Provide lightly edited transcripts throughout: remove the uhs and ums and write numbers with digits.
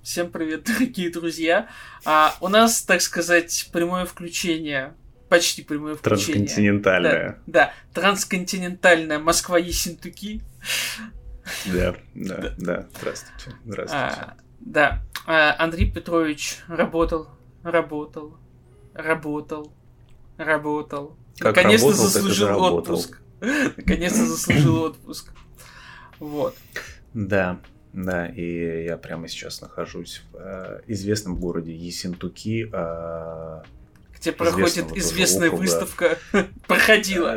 Всем привет, дорогие друзья. У нас, так сказать, прямое включение, почти прямое включение. Трансконтинентальное. Да, трансконтинентальное Москва-Ессентуки. Да, здравствуйте. Да, Андрей Петрович работал. Как Наконец-то работал, заслужил отпуск. Наконец-то заслужил отпуск. Вот. Да, и я прямо сейчас нахожусь в известном городе Ессентуки, где проходит известная выставка. Проходила.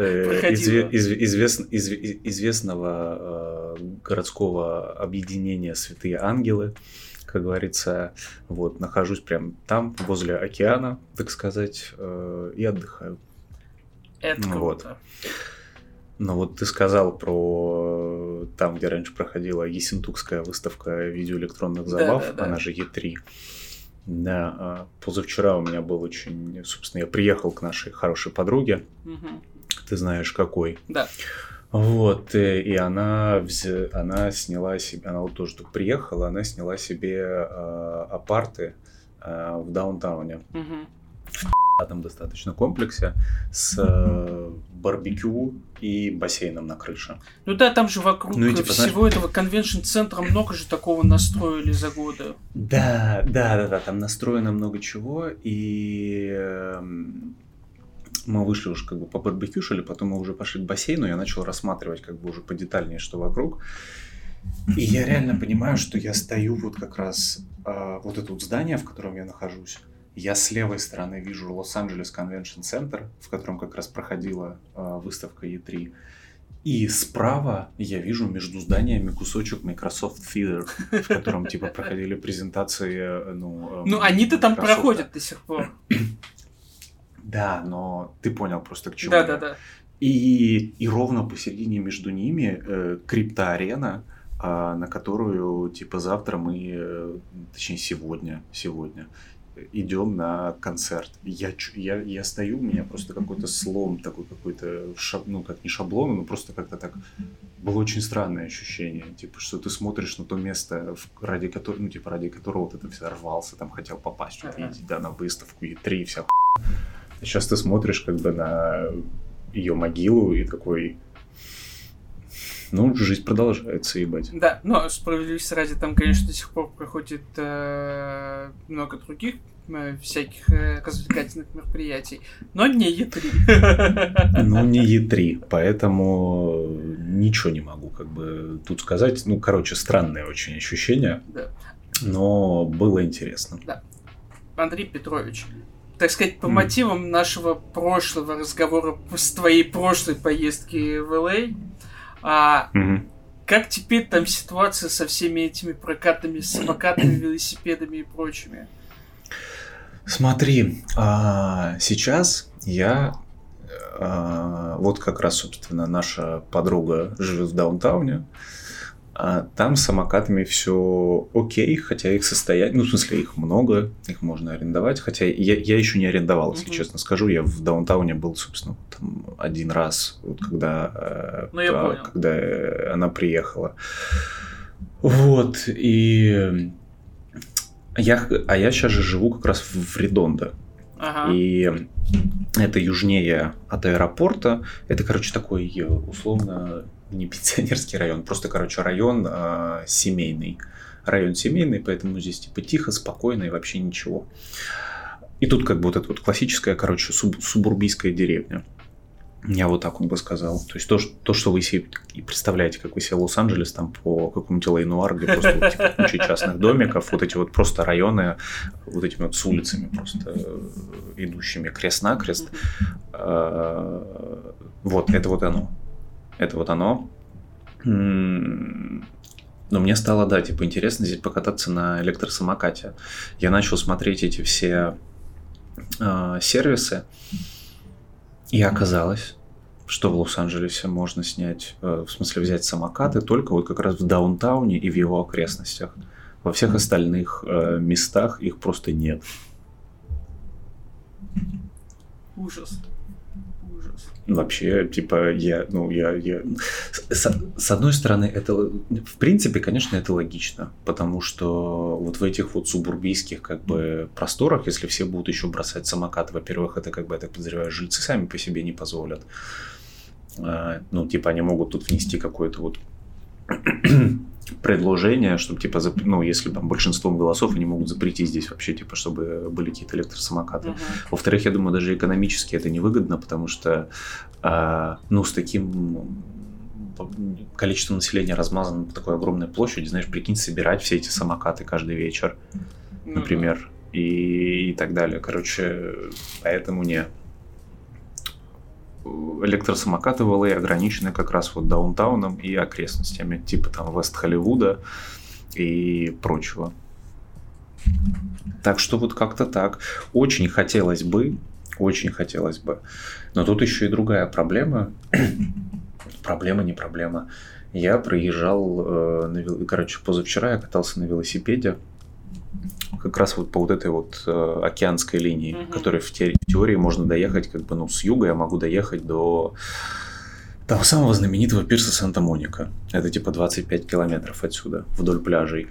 Известного городского объединения «Святые ангелы». Как говорится, вот, нахожусь прямо там, возле океана, так сказать, и отдыхаю. Это круто. Вот. Ну вот ты сказал про там, где раньше проходила Ессентукская выставка видеоэлектронных забав, да. Она же Е3. Да, позавчера у меня был очень... Собственно, я приехал к нашей хорошей подруге, ты знаешь какой. Да. Вот, и она сняла себе... Она вот тоже тут приехала, она сняла себе апарты в даунтауне. В там достаточно комплексе с барбекю и бассейном на крыше. Ну да, там же вокруг всего этого конвеншн-центра много же такого настроили за годы. Да, там настроено много чего, и мы вышли уже как бы побарбекюшили, потом мы уже пошли к бассейну, я начал рассматривать как бы уже подетальнее, что вокруг. И я реально понимаю, что я стою вот как раз вот это вот здание, в котором я нахожусь. Я с левой стороны вижу Лос-Анджелес Конвеншн Центр, в котором как раз проходила выставка E3. И справа я вижу между зданиями кусочек Microsoft Theater, в котором типа проходили презентации. Ну они-то там проходят до сих пор. Да, но ты понял просто к чему. Да. И ровно посередине между ними криптоарена, на которую типа завтра мы, точнее сегодня идем на концерт. Я стою, у меня просто какой-то слом, такой какой-то, как не шаблон, но просто как-то так было очень странное ощущение, типа, что ты смотришь на то место, ради которого вот это все рвался, там хотел попасть, увидеть, да, на выставку E3, вся хуйня. Сейчас ты смотришь как бы на ее могилу и такой... Ну, жизнь продолжается, ебать. Да, но справедливости ради, там, конечно, до сих пор проходит много других всяких развлекательных мероприятий, но не E3. Ну, не E3, поэтому ничего не могу как бы тут сказать. Ну, короче, странное очень ощущение, да. Но было интересно. Да. Андрей Петрович, так сказать, по мотивам нашего прошлого разговора с твоей прошлой поездки в Л.А., как теперь там ситуация со всеми этими прокатами, самокатами, велосипедами и прочими? Смотри, сейчас я... вот как раз, собственно, наша подруга живет в даунтауне. Там с самокатами все окей, хотя их состояние... Ну, в смысле, их много, их можно арендовать. Хотя я еще не арендовал, если честно скажу. Я в даунтауне был, собственно, там один раз, вот, когда она приехала. Вот, и... я сейчас же живу как раз в Редондо. И это южнее от аэропорта. Это, короче, такой условно... не пенсионерский район, просто, короче, район семейный. Район семейный, поэтому здесь типа тихо, спокойно и вообще ничего. И тут как бы вот эта вот классическая, короче, субурбийская деревня. Я вот так вот бы сказал. То есть то, что вы себе и представляете, как вы себе Лос-Анджелес там по какому-нибудь Л.А., где просто вот, типа, куча частных домиков, вот эти вот просто районы, вот этими вот с улицами просто идущими крест-накрест. Вот, это вот оно. Это вот оно. Но мне стало, да, типа интересно здесь покататься на электросамокате. Я начал смотреть эти все сервисы. И оказалось, что в Лос-Анджелесе можно снять, в смысле взять самокаты только вот как раз в даунтауне и в его окрестностях. Во всех остальных местах их просто нет. Ужас. Вообще, типа, С одной стороны, это, в принципе, конечно, это логично, потому что вот в этих вот субурбийских, как бы, просторах, если все будут еще бросать самокаты, во-первых, это, как бы, я так подозреваю, жильцы сами по себе не позволят. Ну, типа, они могут тут внести какое-то вот предложение, чтобы, типа, ну, если там большинством голосов, они могут запретить здесь вообще, типа, чтобы были какие-то электросамокаты. Во-вторых, я думаю, даже экономически это невыгодно, потому что, ну, с таким количеством населения размазано по такой огромной площади, знаешь, прикинь, собирать все эти самокаты каждый вечер, например, и так далее. Короче, поэтому не. Электросамокаты в LA ограничены как раз вот даунтауном и окрестностями, типа там Вест-Холливуда и прочего. Так что вот как-то так. Очень хотелось бы, но тут еще и другая проблема. Проблема, не проблема. Я проезжал, короче, позавчера я катался на велосипеде, как раз вот по вот этой вот океанской линии, которой в теории можно доехать, как бы, ну, с юга я могу доехать до того самого знаменитого пирса Санта-Моника. Это типа 25 километров отсюда, вдоль пляжей.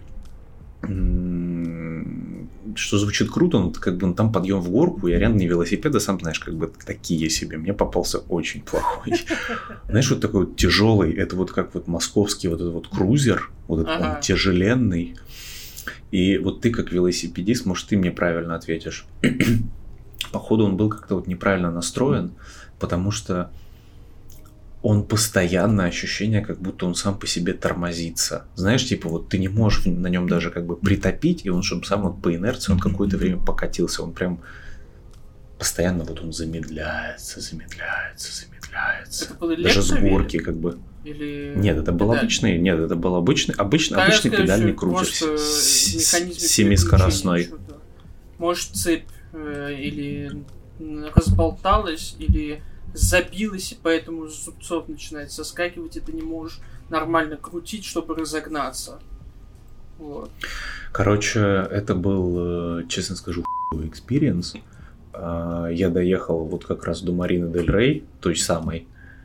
Что звучит круто, но как бы, ну, там подъем в горку, и арендные велосипеды, сам знаешь, как бы такие себе. Мне попался очень плохой. Знаешь, вот такой вот тяжелый, это вот как вот московский вот этот вот крузер, вот этот он тяжеленный. И вот ты как велосипедист, может, ты мне правильно ответишь. Походу, он был как-то вот неправильно настроен, потому что он постоянно ощущение, как будто он сам по себе тормозится. Знаешь, типа вот ты не можешь на нем даже как бы притопить, и он, чтобы сам вот по инерции, он какое-то время покатился. Он прям постоянно вот он замедляется. Это был даже с горки как бы. Или нет, это был обычный, обычный педальный крузер, семискоростной. Может, цепь или разболталась, или забилась, и поэтому с зубцов начинает соскакивать, и ты не можешь нормально крутить, чтобы разогнаться. Вот. Короче, это был, честно скажу, экспириенс. Я доехал вот как раз до Марины Дель Рей, той самой.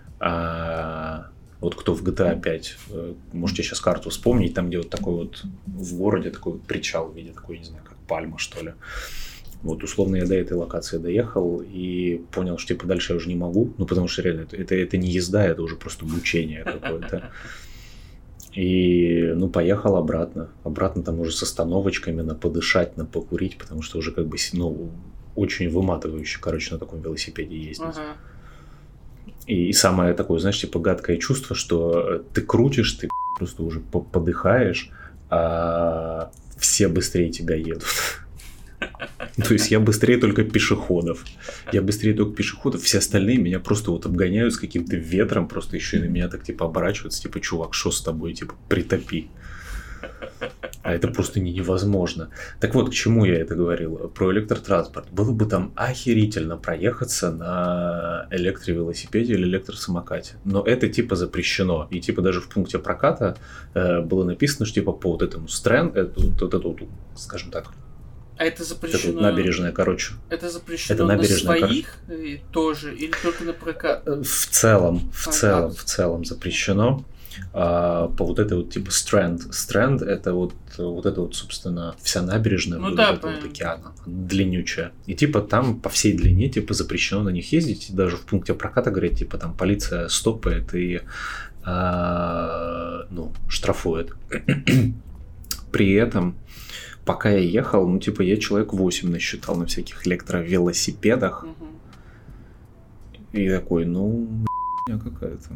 Вот кто в GTA 5, можете сейчас карту вспомнить, там где вот такой вот в городе такой вот причал в виде такой, не знаю, как пальма, что ли. Вот условно я до этой локации доехал и понял, что типа дальше я уже не могу, ну потому что реально это не езда, это уже просто мучение какое-то. И ну поехал обратно. Обратно там уже с остановочками на подышать, на покурить, потому что уже как бы, ну, очень выматывающе, короче, на таком велосипеде ездить. И самое такое, знаешь, типа гадкое чувство, что ты крутишь, ты просто уже подыхаешь, а все быстрее тебя едут. То есть я быстрее только пешеходов. Все остальные меня просто вот обгоняют с каким-то ветром, просто еще и на меня так типа оборачиваются, типа, чувак, что с тобой, типа, притопи. А это просто невозможно. Так вот, к чему я это говорил? Про электротранспорт. Было бы там охерительно проехаться на электровелосипеде или электросамокате. Но это типа запрещено. И типа даже в пункте проката было написано, что типа по вот этому скажем так. А это запрещено? Это набережная, короче. Это запрещено на своих тоже или только на прокат? В целом запрещено. По вот этой вот типа Strand это вот это вот, собственно, вся набережная вот океана, длиннючая. И типа там по всей длине типа запрещено на них ездить. И даже в пункте проката говорят, типа там полиция стопает и штрафует. При этом, пока я ехал, ну типа я человек 8 насчитал на всяких электровелосипедах. И такой, какая-то.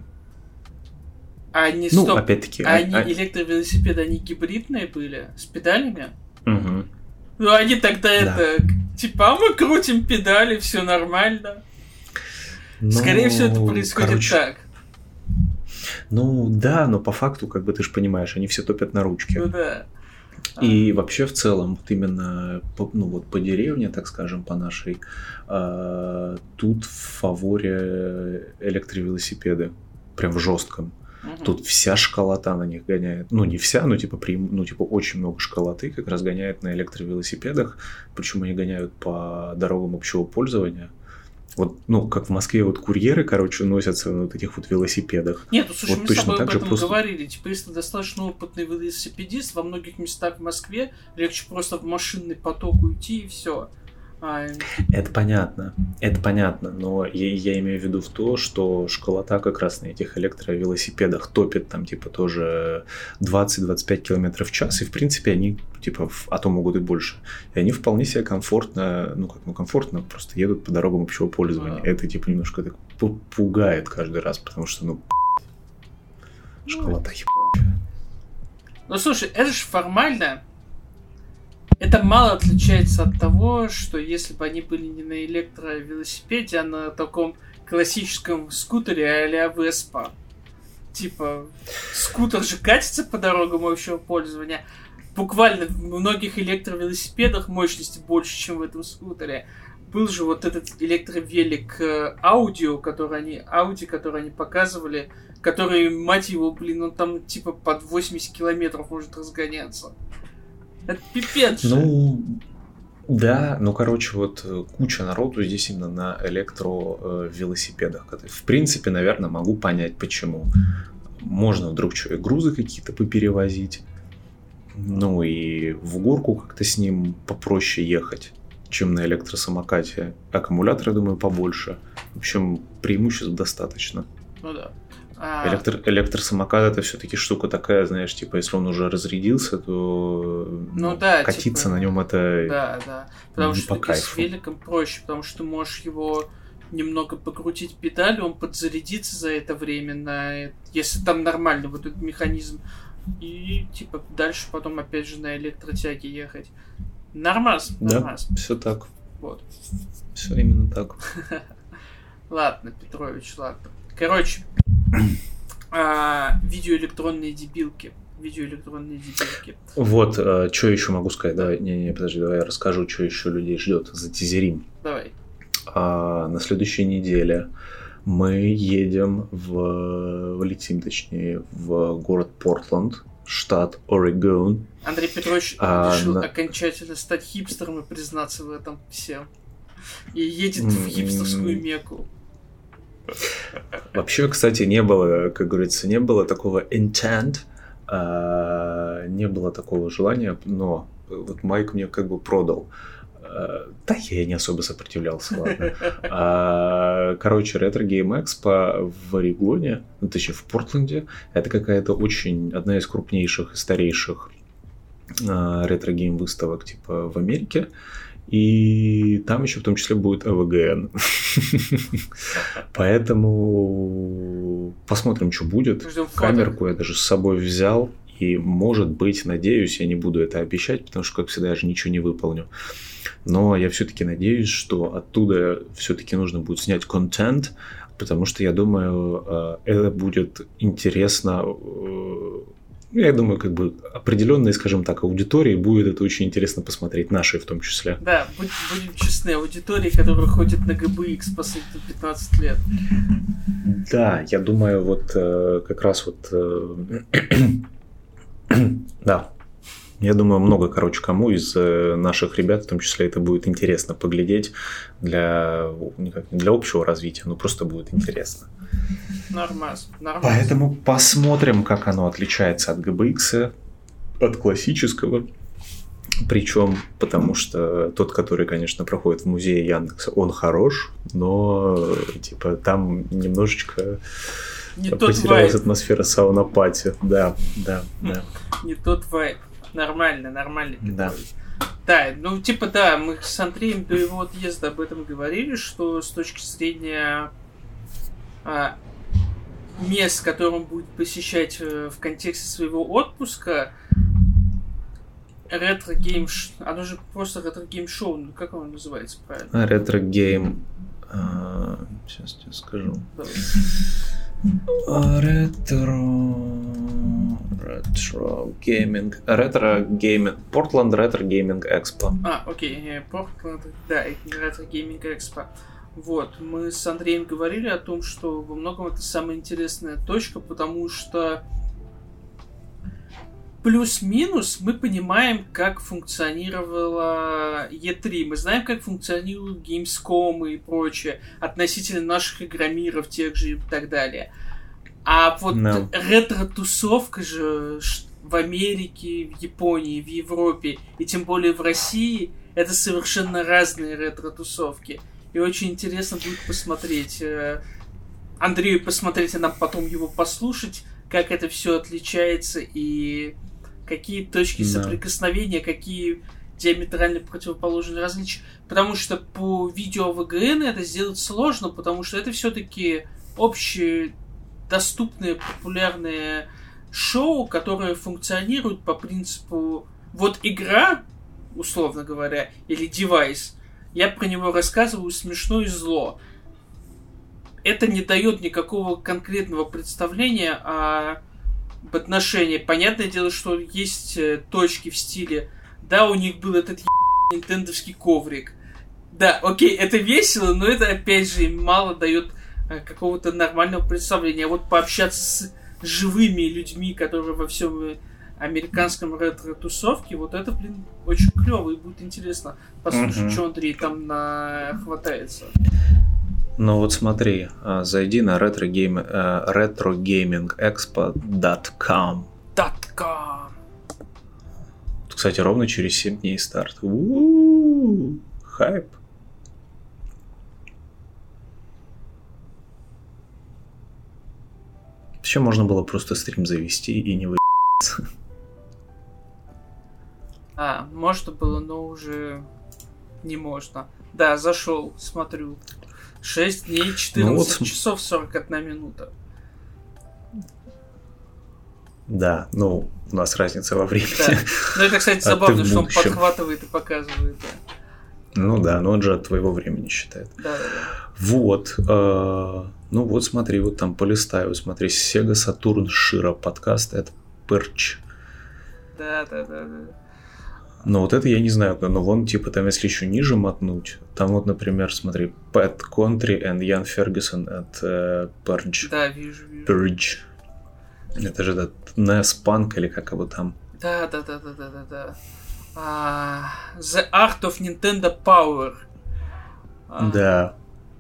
Опять-таки. Электровелосипеды, они гибридные были? С педалями? Ну, они тогда типа, мы крутим педали, все нормально. Скорее всего, это происходит так. Ну, да, но по факту, как бы, ты же понимаешь, они все топят на ручке. Ну, да. И вообще, в целом, вот именно, по деревне, так скажем, по нашей, тут в фаворе электровелосипеды. Прям в жестком. Тут вся школота на них гоняет. Ну, не вся, но типа очень много школоты как раз гоняет на электровелосипедах. Причем они гоняют по дорогам общего пользования. Вот, ну, как в Москве вот курьеры, короче, носятся на вот этих вот велосипедах. Нет, ну слушай, вот мы с точно тобой об так же этом просто... говорили. Типа, если достаточно опытный велосипедист, во многих местах в Москве легче просто в машинный поток уйти и все. Это понятно, но я имею в виду в то, что школота как раз на этих электровелосипедах топит там типа тоже 20-25 км в час, и в принципе они типа, а то могут и больше, и они вполне себе комфортно, комфортно просто едут по дорогам общего пользования. Это типа немножко так пугает каждый раз, потому что, школота ебучая. Ну слушай, это же формально. Это мало отличается от того, что если бы они были не на электровелосипеде, а на таком классическом скутере а-ля Веспа. Типа, скутер же катится по дорогам общего пользования. Буквально в многих электровелосипедах мощности больше, чем в этом скутере. Был же вот этот электровелик Audi, который они показывали, который, мать его, он там типа под 80 километров может разгоняться. Это пипец же. Да, вот куча народу здесь именно на электровелосипедах. В принципе, наверное, могу понять, почему. Можно вдруг что, и грузы какие-то поперевозить. И в горку как-то с ним попроще ехать, чем на электросамокате. Аккумулятор, я думаю, побольше. В общем, преимуществ достаточно. Ну да. Электросамокат — это все-таки штука такая, знаешь, типа, если он уже разрядился, то катиться типа, на нем это да. Потому что с великом проще, потому что ты можешь его немного покрутить педалью, он подзарядится за это время, если там нормальный вот этот механизм, и типа дальше потом опять же на электротяге ехать. Нормас. Да, все так. Вот. Все именно так. Ладно, Петрович, ладно. Короче, видеоэлектронные дебилки. Вот, что еще могу сказать? Давай я расскажу, что еще людей ждет. Затизерим. Давай. На следующей неделе мы едем летим в город Портленд, штат Орегон. Андрей Петрович решил окончательно стать хипстером и признаться в этом всем. И едет в хипстерскую Мекку. Вообще, кстати, не было, как говорится, не было такого intent, не было такого желания, но вот Майк мне как бы продал. Да, я не особо сопротивлялся, ладно. Короче, Retro Game Expo в Орегоне, точнее в Портленде, это какая-то одна из крупнейших и старейших ретро-гейм выставок типа в Америке. И там еще в том числе будет АВГН. Поэтому посмотрим, что будет. Камерку я даже с собой взял. И, может быть, надеюсь, я не буду это обещать, потому что, как всегда, я же ничего не выполню. Но я все-таки надеюсь, что оттуда все-таки нужно будет снять контент, потому что, я думаю, это будет интересно. Я думаю, как бы определенной, скажем так, аудитории будет это очень интересно посмотреть, нашей в том числе. Да, будем честны, аудитории, которая ходит на GBX последние 15 лет. Да, я думаю, вот как раз вот... Да, я думаю, много, кому из наших ребят, в том числе, это будет интересно поглядеть для общего развития, просто будет интересно. Нормально. Поэтому посмотрим, как оно отличается от GBX, от классического. Причем, потому что тот, который, конечно, проходит в музее Яндекса, он хорош, но типа там немножечко потерялась атмосфера сауна-пати. Да. Не тот вайб. Нормально. Да. Да, мы с Андреем до его отъезда об этом говорили, что с точки зрения мест, которые он будет посещать в контексте своего отпуска, ретро-гейм... Оно же просто ретро-гейм-шоу. Как оно называется правильно? Ретро-гейм... Сейчас тебе скажу. Ретро-гейминг... Portland Retro Gaming Expo. Окей. Portland, да, Retro Gaming Expo. Вот, мы с Андреем говорили о том, что во многом это самая интересная точка, потому что плюс-минус мы понимаем, как функционировала E3. Мы знаем, как функционируют Gamescom и прочее относительно наших игромиров, тех же и так далее. А вот ретро-тусовка же в Америке, в Японии, в Европе и тем более в России это совершенно разные ретро-тусовки. И очень интересно будет посмотреть, Андрею посмотреть, а нам потом его послушать, как это все отличается и какие точки соприкосновения, какие диаметрально противоположные различия. Потому что по видео ВГН это сделать сложно, потому что это все-таки общее доступное, популярное шоу, которое функционирует по принципу вот игра, условно говоря, или девайс, я про него рассказываю смешно и зло. Это не дает никакого конкретного представления об отношении. Понятное дело, что есть точки в стиле да, у них был этот нинтендовский коврик. Да, окей, это весело, но это опять же им мало дает какого-то нормального представления. А вот пообщаться с живыми людьми, которые во всем американском ретро-тусовке, вот это, блин, очень клево и будет интересно послушать, что Андрей там хватается. Ну вот смотри, зайди на retrogamingexpo.com. Кстати, ровно через 7 дней старт. Хайп. Вообще можно было просто стрим завести и не выебаться. Можно было, но уже не можно. Да, зашел, смотрю. 6 дней, 14 часов, 41 минута. Да, ну, у нас разница во времени. Да. Ну, это, кстати, забавно, что он подхватывает и показывает. Да. Ну да, но он же от твоего времени считает. Да. Вот. Ну вот, смотри, вот там полистаю. Смотри, Sega Saturn Shiro подкаст. Это Perch. Да. Но вот это я не знаю, но вон, типа, там, если еще ниже мотнуть, там вот, например, смотри, Pat Country and Ian Ferguson at Perch. Да, вижу. Perch. Это же этот NES Punk или как его там? Да. The Art of Nintendo Power. Да.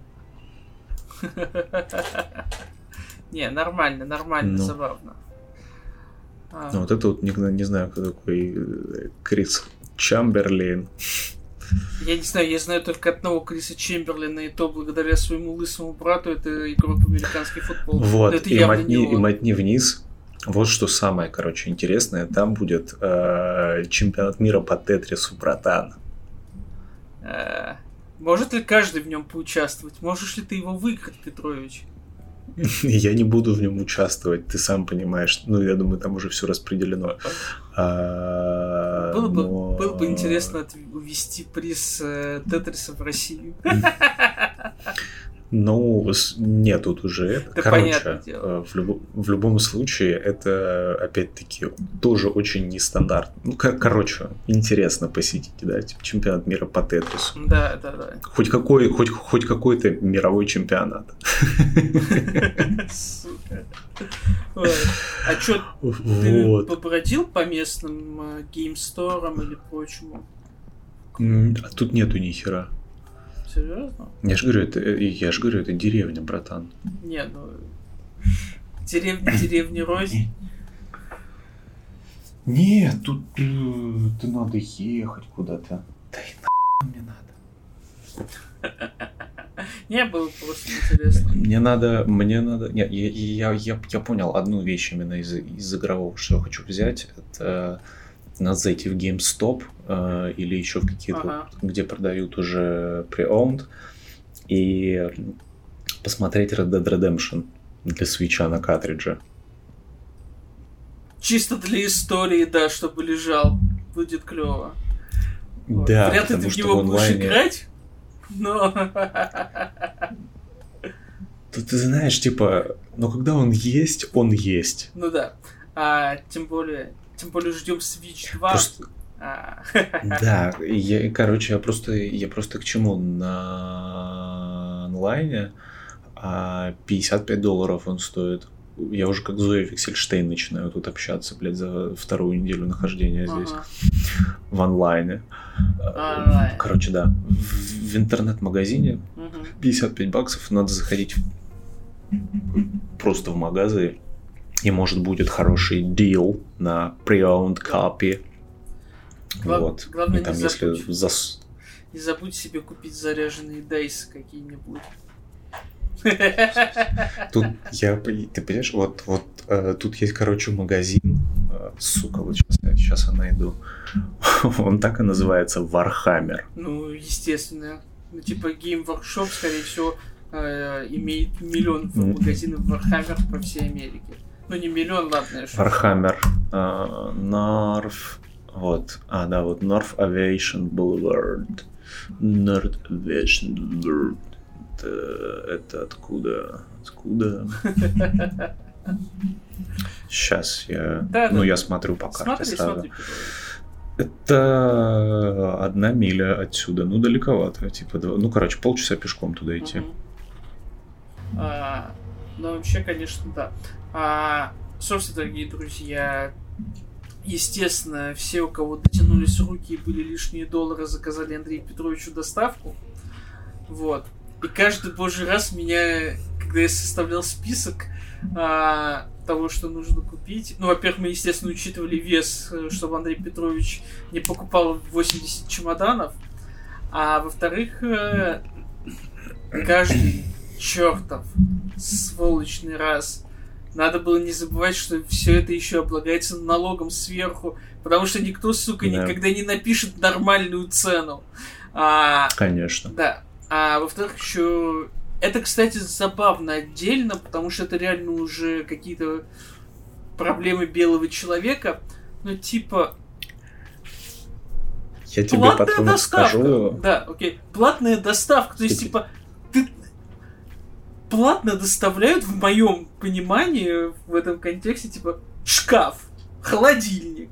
Не, нормально, забавно. Ну вот это вот не знаю, кто такой Крис Чамберлин. Я не знаю, я знаю только одного Криса Чемберлина, и то благодаря своему лысому брату, это игрок в американский футбол. Вот, и мотни вниз. Вот что самое, короче, интересное. Там будет чемпионат мира по Тетрису, братан. Может ли каждый в нем поучаствовать? Можешь ли ты его выиграть, Петрович? Я не буду в нем участвовать, ты сам понимаешь. Ну, я думаю, там уже все распределено. Было бы интересно увезти приз Тетриса в Россию. Ну, нет, тут уже это. Да, короче, в любом случае, это, опять-таки, тоже очень нестандартно. Ну, короче, интересно посетить, да, типа, чемпионат мира по Тетрису. Да. Хоть какой-то мировой чемпионат. Сука. А что, ты побродил по местным геймсторам или прочему? Тут нету ни хера. Серьезно? Я же говорю, это деревня, братан. Не, ну... Деревня рознь. Нет, тут надо ехать куда-то. Да и нахуй мне надо. Не, было просто интересно. Мне надо... Нет, я понял одну вещь именно из игрового, что я хочу взять. Это... Надо зайти в GameStop или еще в какие-то, где продают уже pre-owned, и посмотреть Red Dead Redemption для Switch'а на картридже. Чисто для истории, да, чтобы лежал. Будет клево. Да, вряд ли ты в него будешь играть, но... Ты знаешь, типа, но когда он есть, он есть. Ну да. Тем более ждем Switch 2. Да, я просто к чему? На онлайне $55 он стоит. как Зоя Фиксельштейн начинаю тут общаться, блядь, за вторую неделю нахождения здесь. В онлайне. Короче, да. В интернет-магазине 55 баксов надо заходить просто в магазы, и может будет хороший дил на pre-owned copy. Вот. Главное, и там, не забудь себе купить заряженные дайсы какие-нибудь. Тут ты понимаешь, вот тут есть, короче, магазин, сука, вот сейчас я найду. Он так и называется, Warhammer. Ну, естественно. Ну, типа Game Workshop, скорее всего, имеет миллион магазинов Warhammer по всей Америке. Ну, не миллион, ладно. Warhammer, North, вот, вот North Aviation Boulevard. North Aviation Boulevard. Это откуда? Сейчас я смотрю по карте сразу. Смотри. Это 1 миля отсюда, далековато, типа, полчаса пешком туда идти. Вообще, конечно, да. Собственно, дорогие друзья, естественно, все, у кого дотянулись руки и были лишние доллары, заказали Андрею Петровичу доставку. Вот. И каждый божий раз меня, когда я составлял список того, что нужно купить... во-первых, мы, естественно, учитывали вес, чтобы Андрей Петрович не покупал 80 чемоданов. А во-вторых, каждый чертов сволочный раз надо было не забывать, что все это еще облагается налогом сверху, потому что никто, сука, никогда не напишет нормальную цену. Конечно. Да. А во-вторых, еще... Это, кстати, забавно отдельно, потому что это реально уже какие-то проблемы белого человека. Типа... Я тебе потом расскажу. Да, окей. Платная доставка. То есть, типа, платно доставляют, в моем понимании, в этом контексте, типа, шкаф, холодильник,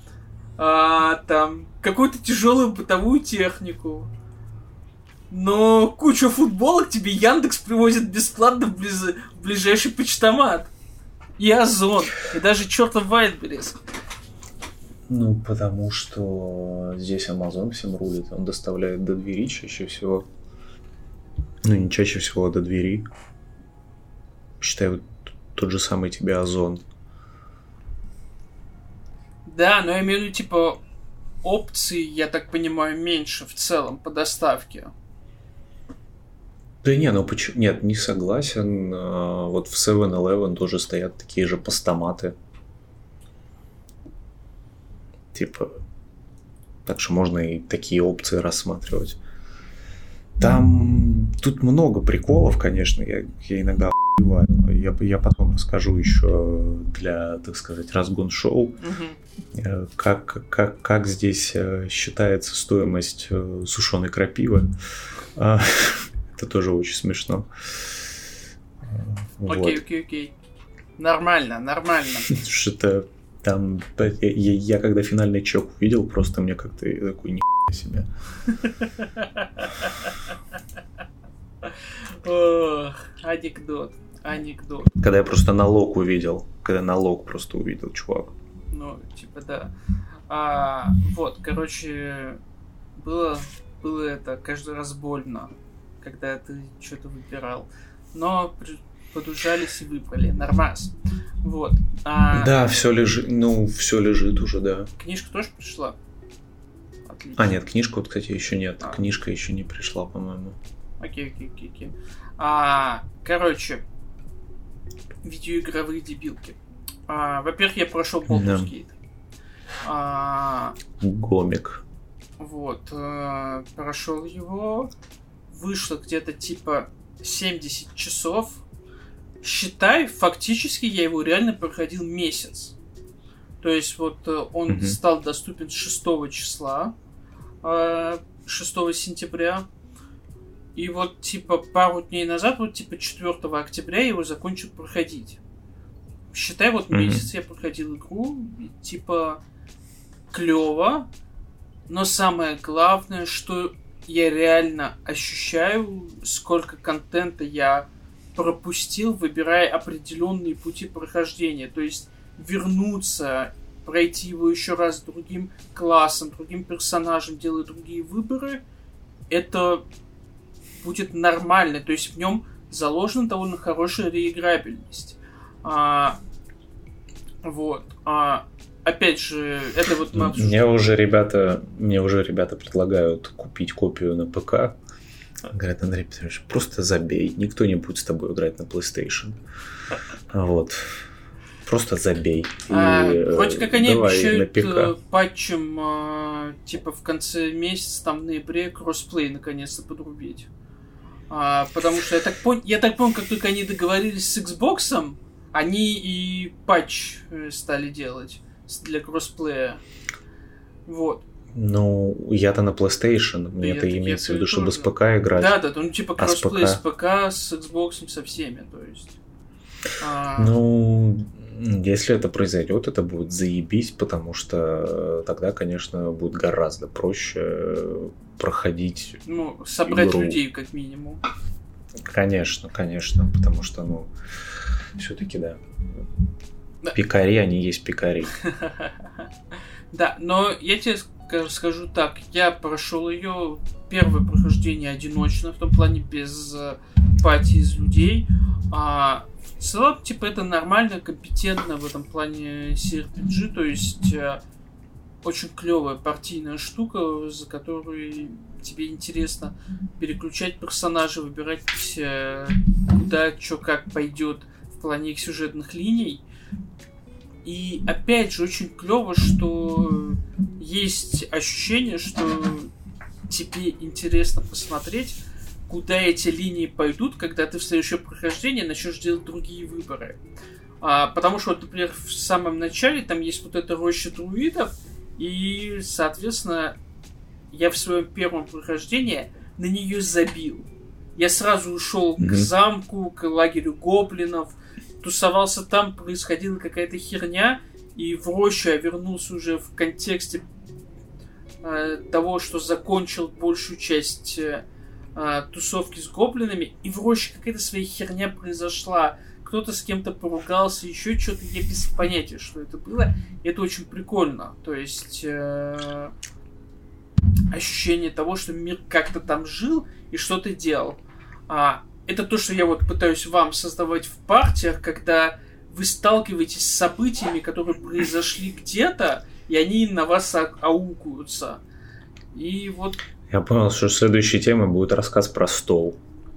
там, какую-то тяжелую бытовую технику. Но кучу футболок тебе Яндекс привозит бесплатно в ближайший почтомат. И Озон, и даже чертов Вайлдберрис. Потому что здесь Amazon всем рулит. Он доставляет до двери чаще всего. Не чаще всего, а до двери. Считай, тот же самый тебе Озон. Да, но я имею в виду, типа, опций, я так понимаю, меньше в целом по доставке. Да почему? Нет, не согласен. Вот в 7-Eleven тоже стоят такие же постаматы. Типа, так что можно и такие опции рассматривать. Тут много приколов, конечно, я иногда охуеваю. Я потом расскажу еще для, так сказать, разгон-шоу, как здесь считается стоимость сушеной крапивы. Это тоже очень смешно. Окей. Нормально. Что-то там... Я когда финальный чек увидел, просто мне как-то такой нихуя себе. Ох, анекдот. Когда я просто налог увидел. Чувак. Да. Вот, короче, было это каждый раз больно, когда ты что-то выбирал. Но подужались и выбрали. Нормас. Вот. Да, все лежит уже, да. Книжка тоже пришла? Отлично. Нет, книжку, вот, кстати, еще нет. Книжка еще не пришла, по-моему. Окей. Короче, видеоигровые дебилки. Во-первых, я прошел Baldur's Gate. Гомик. Вот. Прошел его. Вышло где-то типа 70 часов. Считай, фактически я его реально проходил месяц. То есть вот он стал доступен 6 числа. 6 сентября. И вот типа пару дней назад, вот типа 4 октября я его закончил проходить. Считай, вот месяц я проходил игру. И, типа клево. Но самое главное, что я реально ощущаю, сколько контента я пропустил, выбирая определенные пути прохождения. То есть вернуться, пройти его еще раз другим классом, другим персонажем, делая другие выборы, это будет нормально. То есть в нем заложена довольно хорошая реиграбельность. Опять же, это вот мы мне уже ребята предлагают купить копию на ПК. Говорят: Андрей Петрович, просто забей. Никто не будет с тобой играть на PlayStation. Вот. Просто забей. Вроде как они обещают патчем типа в конце месяца, там в ноябре, кроссплей наконец-то подрубить. Потому что я так понял, как только они договорились с Xbox, они и патч стали делать для кроссплея. Вот. Ну, я-то на PlayStation, мне-то имеется в виду, чтобы с ПК играть. Да, ну типа кроссплей с ПК, с Xbox, со всеми, то есть. Ну, если это произойдет, это будет заебись, потому что тогда, конечно, будет гораздо проще проходить. Ну, собрать игру. людей, как минимум. Конечно, потому что, ну, все-таки, да. Пикари, они есть пикари. Да, но я тебе скажу так, я прошел ее первое прохождение одиночно, в том плане без пати из людей. В целом, типа, это нормально, компетентно в этом плане CRPG, то есть очень клевая партийная штука, за которой тебе интересно переключать персонажей, выбирать куда, что, как пойдет в плане их сюжетных линий. И опять же, очень клево, что есть ощущение, что тебе интересно посмотреть, куда эти линии пойдут, когда ты в следующее прохождение начнешь делать другие выборы. Потому что, вот, например, в самом начале там есть вот эта роща друидов, и, соответственно, я в своем первом прохождении на нее забил. Я сразу ушел к замку, к лагерю гоблинов, тусовался там, происходила какая-то херня, и в рощу я вернулся уже в контексте того, что закончил большую часть тусовки с гоблинами, и в роще какая-то своя херня произошла. Кто-то с кем-то поругался, еще что-то, я без понятия, что это было. И это очень прикольно. То есть ощущение того, что мир как-то там жил и что-то делал. Это то, что я вот пытаюсь вам создавать в партиях, когда вы сталкиваетесь с событиями, которые произошли где-то, и они на вас аукаются. И вот... Я понял, что следующей темой будет рассказ про стол.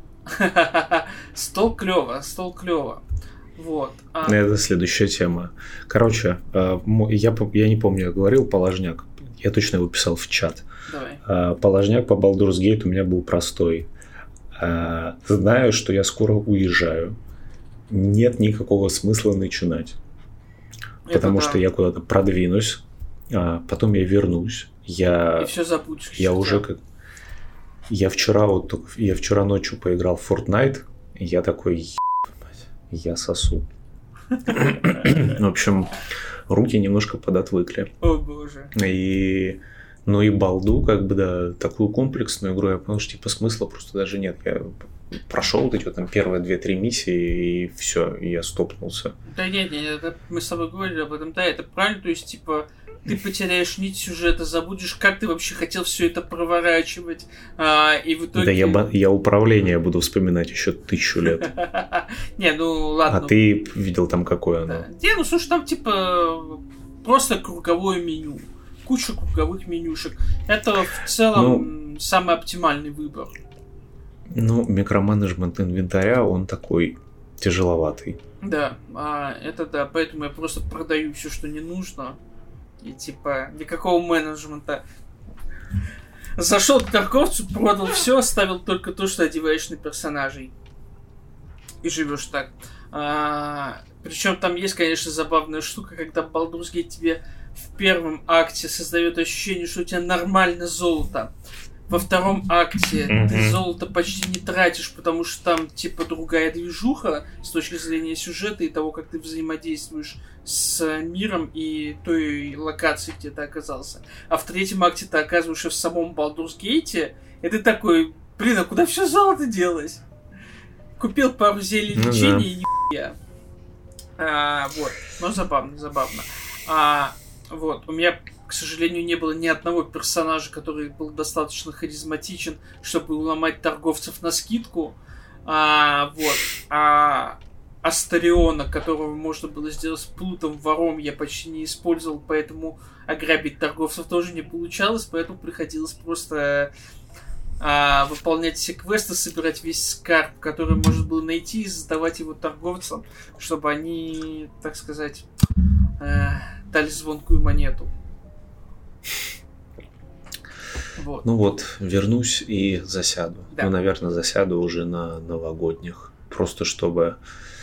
Стол клево. Вот. Это следующая тема. Короче, я не помню, я говорил положняк. Я точно его писал в чат. Давай. Положняк по Baldur's Gate у меня был простой. Знаю, что я скоро уезжаю. Нет никакого смысла начинать. Потому что я куда-то продвинусь, потом я вернусь. И все забудешь. Я вчера ночью поиграл в Fortnite, и я такой, я сосу. В общем, руки немножко подотвыкли. О боже. Ну и балду, как бы, да, такую комплексную игру, я понял, что типа смысла просто даже нет. Я прошел вот эти вот там первые 2-3 миссии, и все, и я стопнулся. Да нет, это мы с тобой говорили об этом, да, это правильно, то есть, типа, ты потеряешь нить сюжета, забудешь, как ты вообще хотел все это проворачивать, и в итоге... Да я управление буду вспоминать еще 1000 лет. Не, ну ладно. А ты видел там какое оно? Не, ну слушай, там типа просто круговое меню. Куча круговых менюшек. Это в целом самый оптимальный выбор. Ну, микроменеджмент инвентаря, он такой тяжеловатый. Да, это да, поэтому я просто продаю все, что не нужно. И типа никакого менеджмента. Зашел к торговцу, продал все, оставил только то, что одеваешь на персонажей. И живешь так. Причем там есть, конечно, забавная штука, когда Baldur's Gate тебе в первом акте создает ощущение, что у тебя нормально золото. Во втором акте ты золото почти не тратишь, потому что там типа другая движуха с точки зрения сюжета и того, как ты взаимодействуешь с миром и той локации, где ты оказался. А в третьем акте ты оказываешься в самом Baldur's Gate, и ты такой, блин, а куда все золото делось? Купил пару зелий Ну лечения да. и нихуя. Вот. Но забавно. Вот. У меня, к сожалению, не было ни одного персонажа, который был достаточно харизматичен, чтобы уломать торговцев на скидку. Вот. Астариона, которого можно было сделать плутом, вором, я почти не использовал, поэтому ограбить торговцев тоже не получалось, поэтому приходилось просто выполнять все квесты, собирать весь скарб, который можно было найти, и сдавать его торговцам, чтобы они, так сказать, дали звонкую монету. Вот. Ну вот, вернусь и засяду. Да. Ну, наверное, засяду уже на новогодних. Просто чтобы...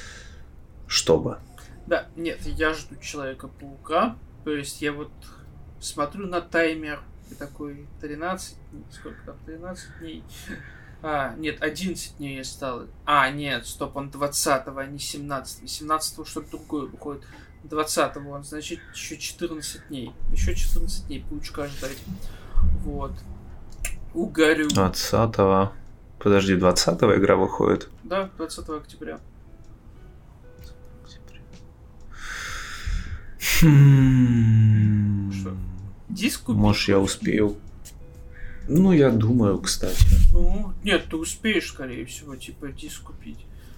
Да, нет, я жду Человека-паука. То есть я вот смотрю на таймер и такой 13... Сколько там? 13 дней? Нет, 11 дней осталось. Нет, стоп, он 20-го, а не 17-го. 17-го что-то другое выходит. 20-го он, значит, еще 14 дней. Еще 14 дней паучка ждать. Вот. Угорю. 20-го... Подожди, 20-го игра выходит? Да, 20 октября. Что? Диск купить? Может, я успею. Ну, я думаю, кстати. Ну, нет, ты успеешь, скорее всего, типа, диск купить.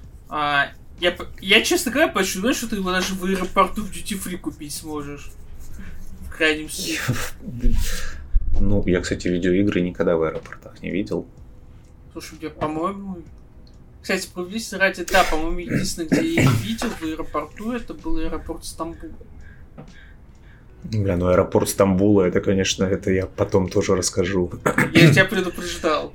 Я, честно говоря, почему, что ты его даже в аэропорту в Duty Free купить сможешь. В крайнем случае. Ну, я, кстати, видеоигры никогда в аэропортах не видел. Слушай, я, по-моему... Кстати, справедливости ради, да, по-моему, единственное, где я их видел в аэропорту, это был аэропорт Стамбула. Бля, ну аэропорт Стамбула, это, конечно, это я потом тоже расскажу. Я тебя предупреждал.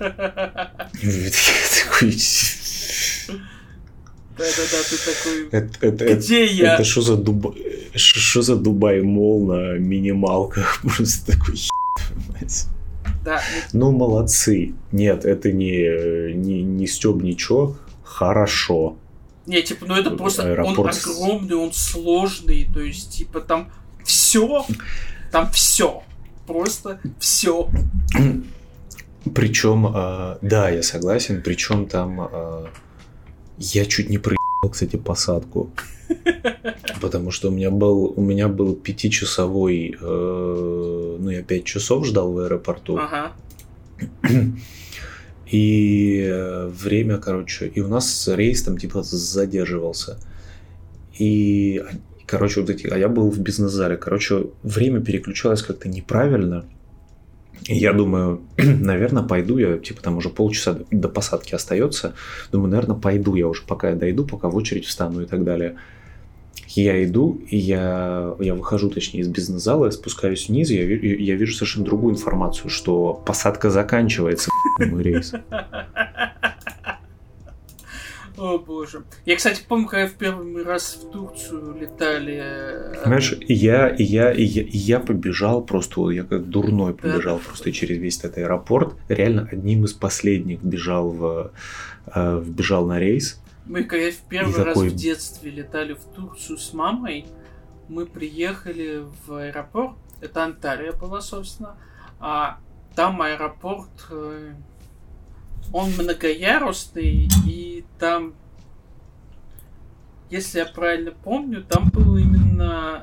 Да-да-да, ты такой... Где я? Это что за Дубай-молл на минималках? Просто такой ебать. Да. Ну, молодцы. Нет, это не стёб ничего. Хорошо. Не, типа, ну это просто... Аэропорт... Он огромный, он сложный. То есть, типа, там все. Просто все. Причем, да, я согласен. Причем там я чуть не проебал, кстати, посадку. Потому что у меня был 5-часовой, ну, я 5 часов ждал в аэропорту. Ага. И время, короче, и у нас рейс там типа задерживался. И, короче, вот эти, а я был в бизнес-зале. Короче, время переключалось как-то неправильно. И я думаю, наверное, пойду я, типа там уже полчаса до посадки остается. Думаю, наверное, пойду я уже, пока я дойду, пока в очередь встану и так далее. Я иду, и я выхожу, точнее, из бизнес-зала, я спускаюсь вниз, я вижу совершенно другую информацию, что посадка заканчивается, мой рейс. О боже. Я, кстати, помню, когда в первый раз в Турцию летали... Понимаешь, я побежал просто, я как дурной побежал просто через весь этот аэропорт. Реально одним из последних бежал на рейс. Мы, когда в первый раз такой... в детстве летали в Турцию с мамой, мы приехали в аэропорт, это Анталия была, собственно, а там аэропорт, он многоярусный, и там, если я правильно помню, там было именно...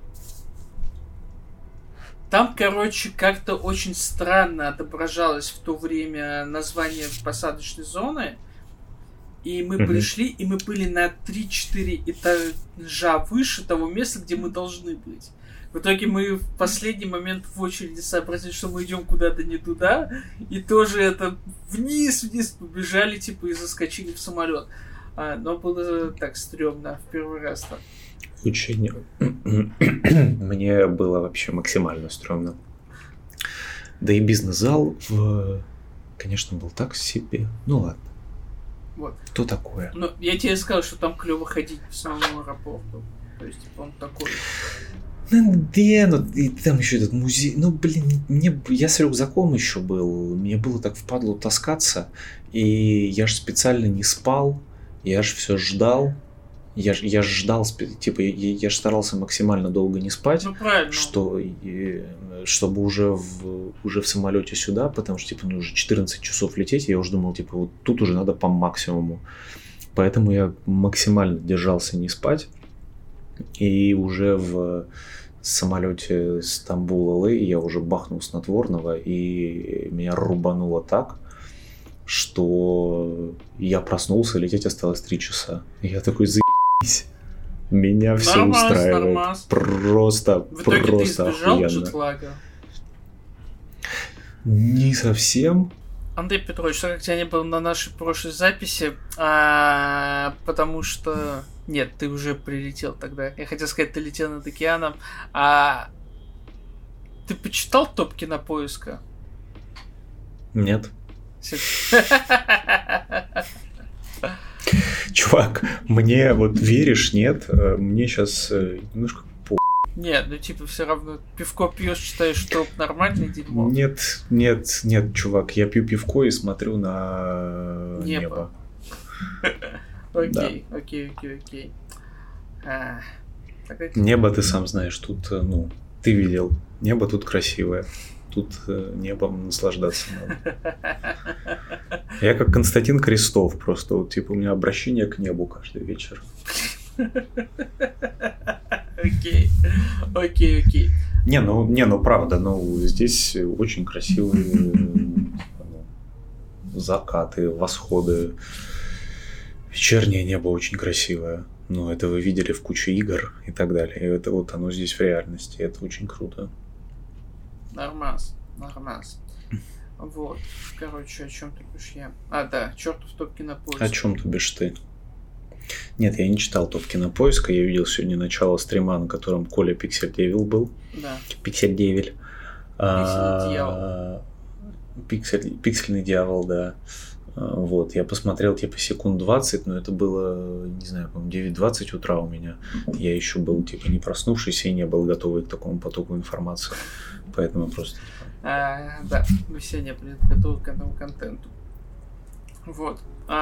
Там, короче, как-то очень странно отображалось в то время название посадочной зоны. И мы пришли, и мы были на 3-4 этажа выше того места, где мы должны быть. В итоге мы в последний момент в очереди сообразили, что мы идем куда-то не туда. И тоже это вниз побежали, типа, и заскочили в самолет. Но было так стрёмно в первый раз там. Очень... Мне было вообще максимально стрёмно. Да и бизнес-зал, конечно, был так себе. Ну ладно. Вот. Что такое? Ну, я тебе сказал, что там клево ходить в самому аэропорту. То есть, типа, он такой. Ну, где? Ну, и там еще этот музей. Ну, блин, я с рюкзаком еще был. Мне было так впадло таскаться. И я ж специально не спал. Я ж все ждал. Я ж ждал, типа, я ж старался максимально долго не спать, Ну, правильно. чтобы уже в самолете сюда, потому что, типа, уже 14 часов лететь, я уже думал, типа, вот тут уже надо по максимуму. Поэтому я максимально держался не спать, и уже в самолете Стамбул-Л.А. я уже бахнул снотворного, и меня рубануло так, что я проснулся, лететь осталось 3 часа. И я такой, заебись. Меня все устраивает. Нормас. Просто В итоге ты избежал охуенно. джетлага? Не совсем. Андрей Петрович, так как тебя не было на нашей прошлой записи, потому что... Нет, ты уже прилетел тогда. Я хотел сказать, ты летел над океаном. Ты почитал топ Кинопоиска? Нет. Чувак, мне вот веришь, нет? Мне сейчас немножко Нет, ну типа все равно пивко пьешь, считаешь, что нормальное дерьмо. Нет, чувак, я пью пивко и смотрю на небо. Окей. Небо, ты сам знаешь, тут, ты видел, небо тут красивое. Тут небом наслаждаться надо. Я как Константин Крестов, просто вот, типа, у меня обращение к небу каждый вечер. Окей. Не, правда, здесь очень красивые закаты, восходы. Вечернее небо очень красивое. Это вы видели в куче игр и так далее. И это вот оно здесь в реальности. Это очень круто. Нормас. Вот. Короче, о чем ты бишь я? Да, чертов топ Кинопоиска. О чем ты бишь ты? Нет, я не читал топ Кинопоиска. Я видел сегодня начало стрима, на котором Коля Пиксель Девил был. Да. Пиксель Девиль. Пиксельный дьявол. Пиксельный дьявол, да. Вот, я посмотрел типа секунд 20, но это было, не знаю, по-моему, 9:20 утра у меня. Я еще был типа не проснувшийся и не был готовый к такому потоку информации. Поэтому просто... Да, мы все не были готовы к этому контенту. Вот.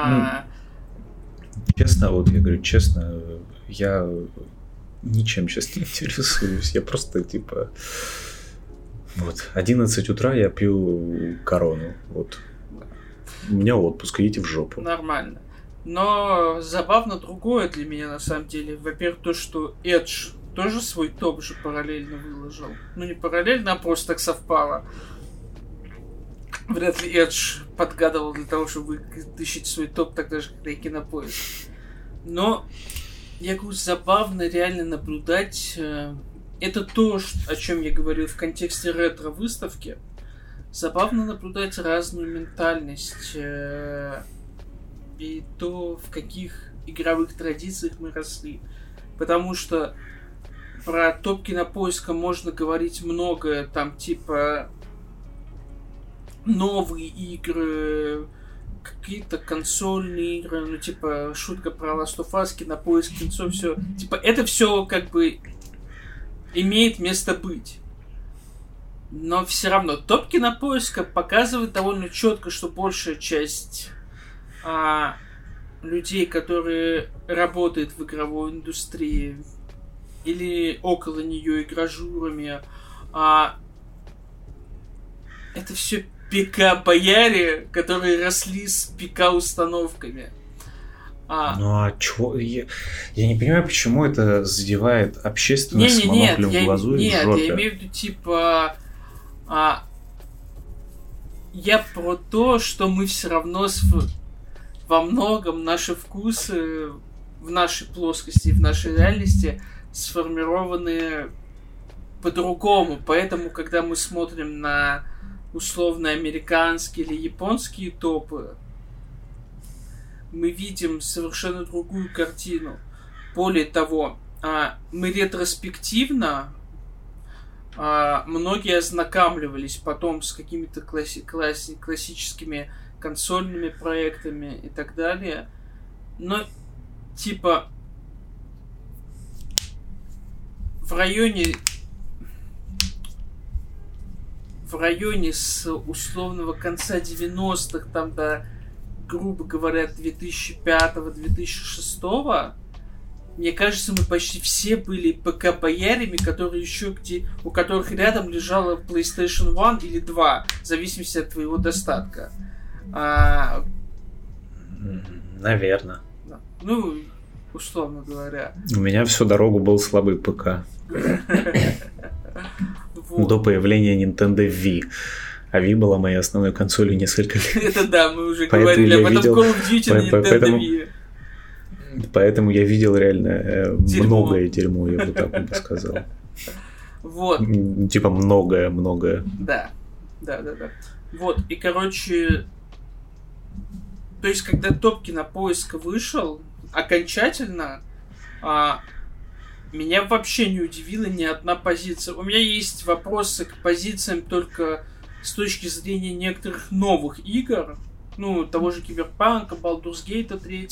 Честно, вот я говорю честно, я ничем сейчас не интересуюсь. Я просто типа... Вот, 11 утра я пью корону. Вот. У меня отпуск, идите в жопу. Нормально. Но забавно другое для меня на самом деле. Во-первых, то, что Edge тоже свой топ же параллельно выложил. Не параллельно, а просто так совпало. Вряд ли Edge подгадывал для того, чтобы вытащить свой топ тогда же, когда и Кинопоиск. Но, я говорю, забавно реально наблюдать. Это то, о чем я говорил в контексте ретро-выставки. Забавно наблюдать разную ментальность и то, в каких игровых традициях мы росли. Потому что про топ Кинопоиска можно говорить многое, там типа новые игры, какие-то консольные игры, типа шутка про Last of Us, Кинопоиск, кинцо, все. Типа это все как бы имеет место быть. Но все равно топ Кинопоиска показывает довольно четко, что большая часть людей, которые работают в игровой индустрии или около нее игражурами, это все ПК-бояре, которые росли с ПК-установками. Чего? Я не понимаю, почему это задевает общественность с моноклем в глазу и в жопе. Нет, я имею в виду, типа... я про то, что мы все равно во многом наши вкусы в нашей плоскости, в нашей реальности сформированы по-другому. Поэтому, когда мы смотрим на условно американские или японские топы, мы видим совершенно другую картину. Более того, мы ретроспективно многие ознакомливались потом с какими-то классическими консольными проектами и так далее. Но, типа, в районе с условного конца 90-х, там до, грубо говоря, 2005-2006, мне кажется, мы почти все были ПК-боярями, у которых рядом лежала PlayStation 1 или 2, в зависимости от твоего достатка. Наверное. Ну, условно говоря. У меня всю дорогу был слабый ПК. До появления Nintendo Wii. А Wii была моей основной консолью несколько лет. Это да, мы уже говорили об этом Call of Duty на Nintendo Wii. Поэтому я видел реально многое дерьмо, я бы так бы сказал. Вот. Типа многое. Да. Вот, и короче... То есть, когда топ Кинопоиска вышел, окончательно, меня вообще не удивила ни одна позиция. У меня есть вопросы к позициям только с точки зрения некоторых новых игр, ну, того же Киберпанка, Baldur's Gate 3,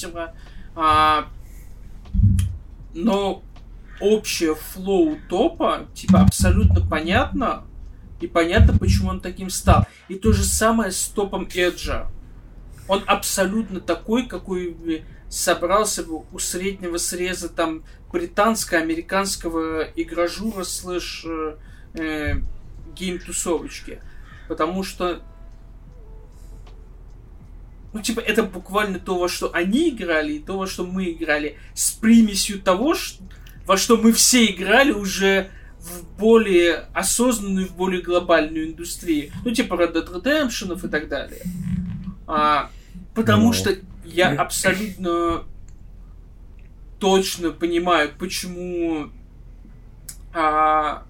но общее флоу топа, типа, абсолютно понятно, и понятно, почему он таким стал. И то же самое с топом Эджа. Он абсолютно такой, какой собрался бы у среднего среза там британско-американского игражура слэш гейм-тусовочки. Потому что ну, типа, это буквально то, во что они играли, и то, во что мы играли, с примесью того, во что мы все играли уже в более осознанную, в более глобальную индустрию. Ну, типа Red Dead Redemption и так далее. Потому что я абсолютно точно понимаю, почему в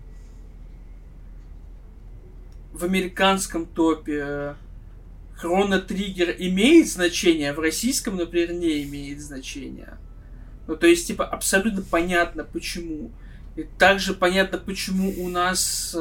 американском топе Chrono Trigger имеет значение, а в российском, например, не имеет значения. Ну, то есть, типа, абсолютно понятно, почему. И также понятно, почему у нас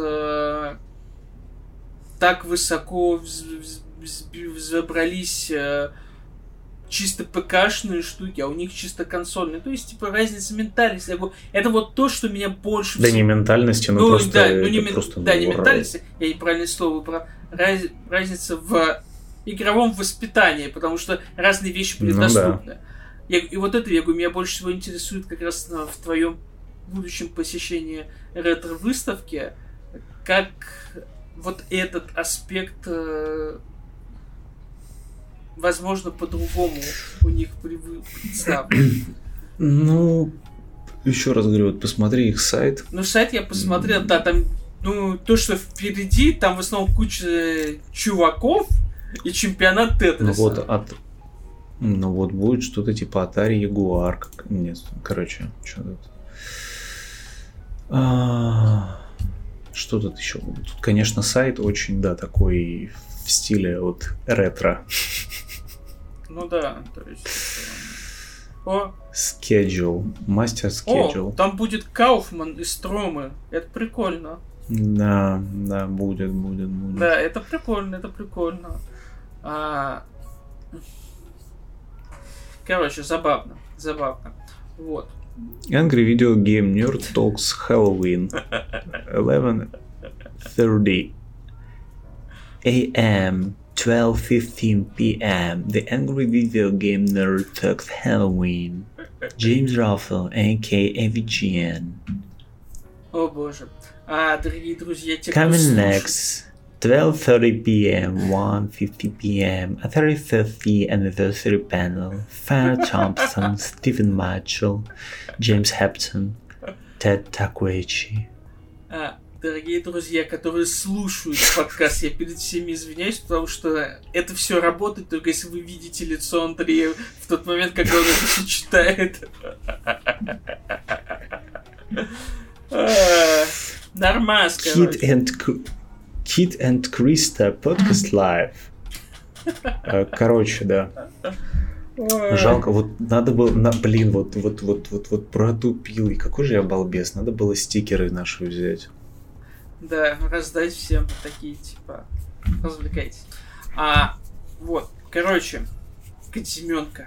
так высоко взобрались чисто ПК-шные штуки, а у них чисто консольные. То есть, типа, разница ментальности. Это вот то, что меня больше всего... Да не ментальности, но просто... Да, не ментальности, я неправильное слово выбрал. Разница в игровом воспитании, потому что разные вещи были доступны. Да. И вот это, я говорю, меня больше всего интересует как раз в твоем будущем посещении ретро-выставки, как вот этот аспект возможно по-другому у них представлен. Ну, еще раз говорю, вот посмотри их сайт. Ну, сайт я посмотрел, да, там, ну, то, что впереди, там в основном куча чуваков и чемпионат Тетриса. Ну вот будет что-то типа Atari Jaguar. Нет, короче, что тут. Что тут еще? Тут, конечно, сайт очень, да, такой в стиле вот ретро. Ну да, то есть... Schedule. Мастер Schedule. Там будет Кауфман и Стромы. Это прикольно. Да, будет. Да, это прикольно. Короче, забавно. Вот. Angry Video Game Nerd Talks Halloween. 11:30 a.m. 12:15 p.m. The Angry Video Game Nerd Talks Halloween. James Ruffle, a.k.a. AVGN. О боже. Дорогие друзья, те, Coming next. 12:30 p.m., 1:50 p.m., a 35th anniversary panel. Farrah Thompson, Stephen Mitchell, James Hampton, Ted Takuichi. Дорогие друзья, которые слушают подкаст, я перед всеми извиняюсь, потому что это все работает, только если вы видите лицо Андрея в тот момент, когда он это все читает. Нормас, короче. Kid and Krista Podcast Live. Короче, да. Жалко, вот надо было, вот протупил. И какой же я балбес, надо было стикеры наши взять. Да, раздать всем такие, типа, развлекайтесь. Вот, короче, Кодзименко,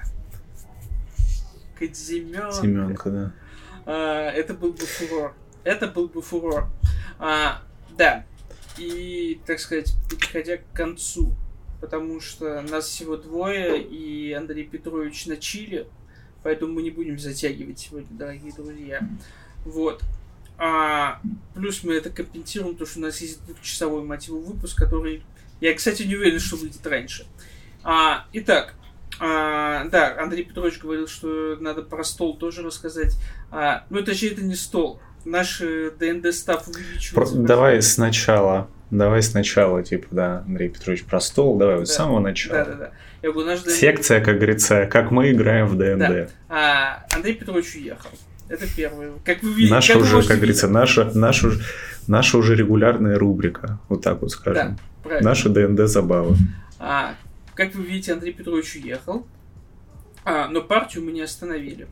да. Это был бы фурор. Да. И, так сказать, переходя к концу, потому что нас всего двое, и Андрей Петрович на чиле, поэтому мы не будем затягивать сегодня, дорогие друзья. Вот. Плюс мы это компенсируем, потому что у нас есть 2-часовой мотивный выпуск, который, я, кстати, не уверен, что выйдет раньше. Итак, да, Андрей Петрович говорил, что надо про стол тоже рассказать. Ну, точнее, это не стол. Наш ДНД-став увеличивается. Давай сначала, типа, да, Андрей Петрович, про стол, давай вот с самого начала. Да. Я говорю, наш Секция, как говорится, как мы играем в ДНД. Да. Андрей Петрович уехал. Это первое. Как вы видите, наша уже, как говорится, наша уже регулярная рубрика, вот так вот скажем. Да, наша ДНД-забава. Как вы видите, Андрей Петрович уехал, но партию мы не остановили.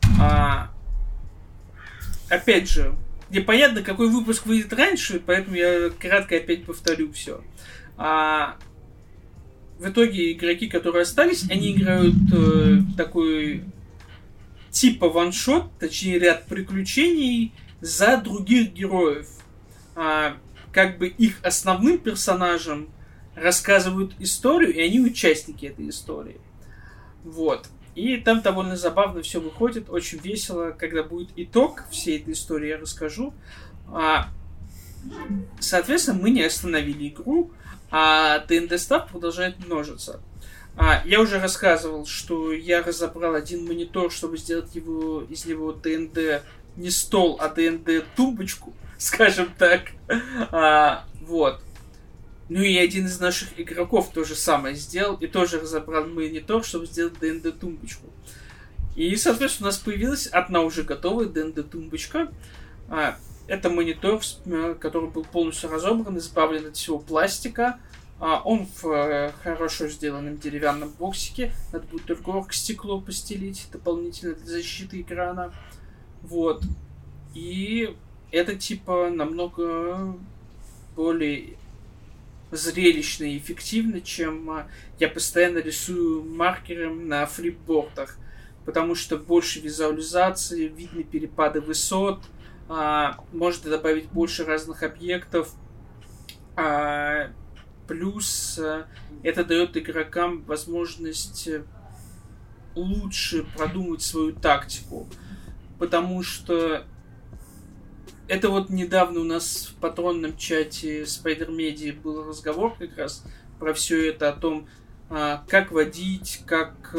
Опять же, непонятно, какой выпуск выйдет раньше, поэтому я кратко опять повторю все. В итоге игроки, которые остались, они играют такой типа ваншот, точнее ряд приключений за других героев. Как бы их основным персонажам рассказывают историю, и они участники этой истории. Вот. И там довольно забавно все выходит, очень весело. Когда будет итог всей этой истории, я расскажу. Соответственно, мы не остановили игру, а ДНД-став продолжает множиться. Я уже рассказывал, что я разобрал один монитор, чтобы сделать из него ДНД не стол, а ДНД-тумбочку, скажем так. Вот. Ну и один из наших игроков то же самое сделал, и тоже разобрал монитор, чтобы сделать ДНД-тумбочку. И, соответственно, у нас появилась одна уже готовая ДНД-тумбочка. Это монитор, который был полностью разобран, избавлен от всего пластика. Он в хорошо сделанном деревянном боксике. Надо будет только стекло постелить дополнительно для защиты экрана. Вот. И это типа намного более зрелищно и эффективно, чем я постоянно рисую маркером на флипбордах. Потому что больше визуализации, видны перепады высот, можно добавить больше разных объектов. Плюс это дает игрокам возможность лучше продумать свою тактику. Потому что это вот недавно у нас в патронном чате Spider Media был разговор как раз про все это, о том, как водить, как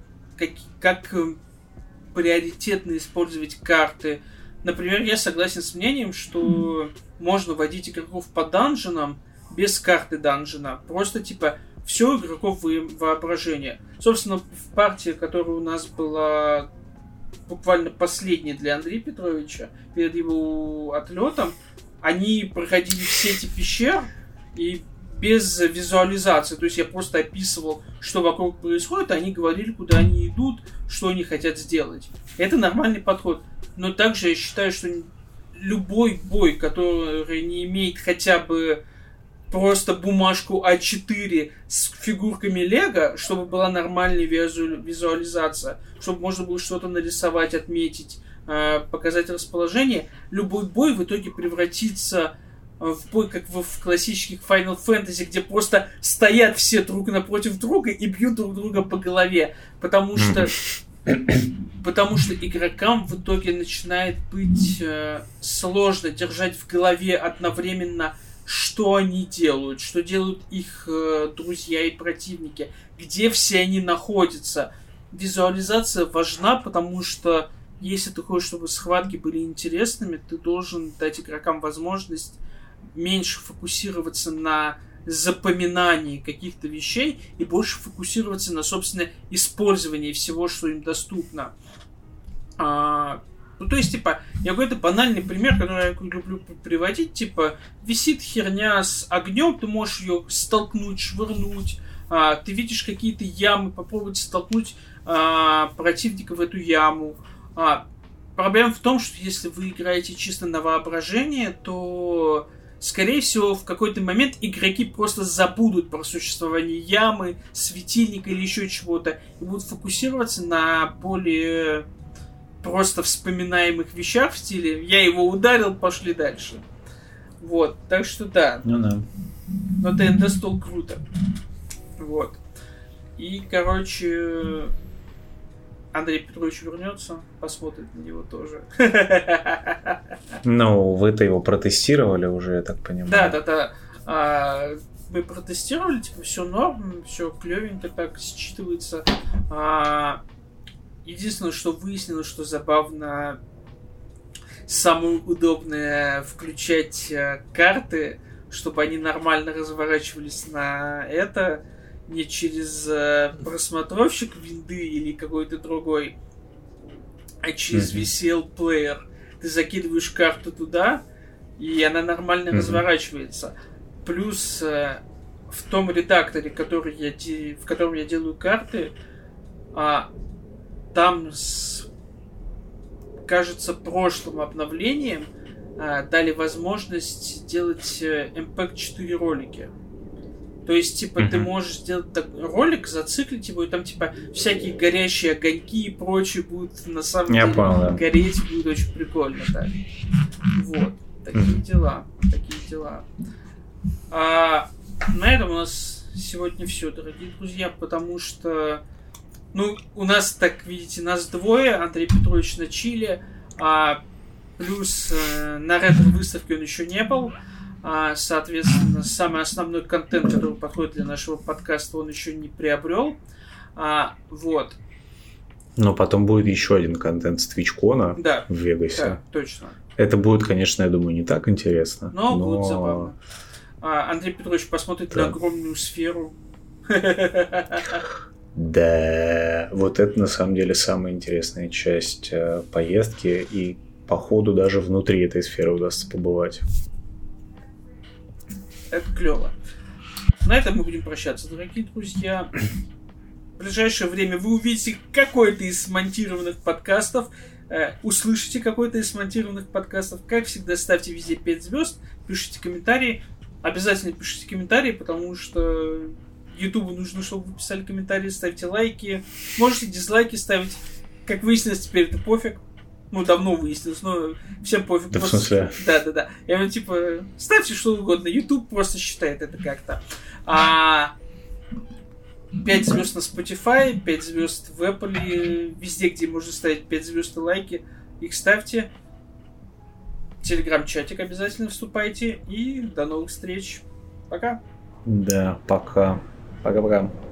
приоритетно использовать карты. Например, я согласен с мнением, что можно водить игроков по данженам без карты данжена. Просто типа все игроков воображения. Собственно, в партии, которая у нас была буквально последняя для Андрея Петровича, перед его отлетом, они проходили все эти пещеры и без визуализации. То есть я просто описывал, что вокруг происходит, а они говорили, куда они идут, что они хотят сделать. Это нормальный подход. Но также я считаю, что любой бой, который не имеет хотя бы просто бумажку А4 с фигурками Лего, чтобы была нормальная визуализация, чтобы можно было что-то нарисовать, отметить, показать расположение, любой бой в итоге превратится в бой, как в классических Final Fantasy, где просто стоят все друг напротив друга и бьют друг друга по голове. Потому что игрокам в итоге начинает быть сложно держать в голове одновременно, что они делают, что делают их друзья и противники, где все они находятся. Визуализация важна, потому что если ты хочешь, чтобы схватки были интересными, ты должен дать игрокам возможность меньше фокусироваться на запоминании каких-то вещей и больше фокусироваться на, собственно, использовании всего, что им доступно. Ну, то есть, типа, я какой-то банальный пример, который я люблю приводить, типа, висит херня с огнем, ты можешь ее столкнуть, швырнуть, ты видишь какие-то ямы, попробовать столкнуть противника в эту яму. Проблема в том, что если вы играете чисто на воображение, то, скорее всего, в какой-то момент игроки просто забудут про существование ямы, светильника или еще чего-то и будут фокусироваться на более просто вспоминаемых вещах в стиле «я его ударил, пошли дальше». Вот, так что да. Ну да. Но ДНД стол круто. Вот. И, короче, Андрей Петрович вернется, посмотрит на него тоже. Ну, вы-то его протестировали уже, я так понимаю. Да. Мы протестировали, типа, все норм, все клевенько так считывается. Единственное, что выяснилось, что забавно, самое удобное включать карты, чтобы они нормально разворачивались на это, не через просмотровщик винды или какой-то другой, а через VCL Player. Ты закидываешь карту туда, и она нормально разворачивается. Плюс в том редакторе, в котором я делаю карты, там с, кажется, прошлым обновлением дали возможность делать MPEG-4 ролики. То есть, типа, ты можешь сделать ролик, зациклить его, и там, типа, всякие горящие огоньки и прочее будут на самом деле гореть, будет очень прикольно так. Вот. Такие дела. На этом у нас сегодня все, дорогие друзья, потому что, ну, у нас, так видите, нас двое, Андрей Петрович на Чили, плюс на ретро-выставке он еще не был, соответственно, самый основной контент, который подходит для нашего подкаста, он еще не приобрел, вот. Но потом будет еще один контент с TwitchCon в Вегасе. Да, точно. Это будет, конечно, я думаю, не так интересно. Но будет забавно. Андрей Петрович посмотрит на огромную сферу. Да, вот это на самом деле самая интересная часть поездки, и по ходу даже внутри этой сферы удастся побывать. Это клево. На этом мы будем прощаться, дорогие друзья. В ближайшее время вы увидите какой-то из смонтированных подкастов, услышите какой-то из смонтированных подкастов. Как всегда, ставьте везде 5 звезд, пишите комментарии. Обязательно пишите комментарии, потому что Ютубу нужно, чтобы вы писали комментарии, ставьте лайки. Можете дизлайки ставить. Как выяснилось, теперь это пофиг. Ну, давно выяснилось, но всем пофиг. Да, просто... в смысле? Да. Я говорю, типа, ставьте что угодно. Ютуб просто считает это как-то. 5 звезд на Spotify, 5 звезд в Apple, везде, где можно ставить 5 звезд и лайки, их ставьте. Телеграм-чатик обязательно вступайте. И до новых встреч. Пока. Да, пока. Пока-пока.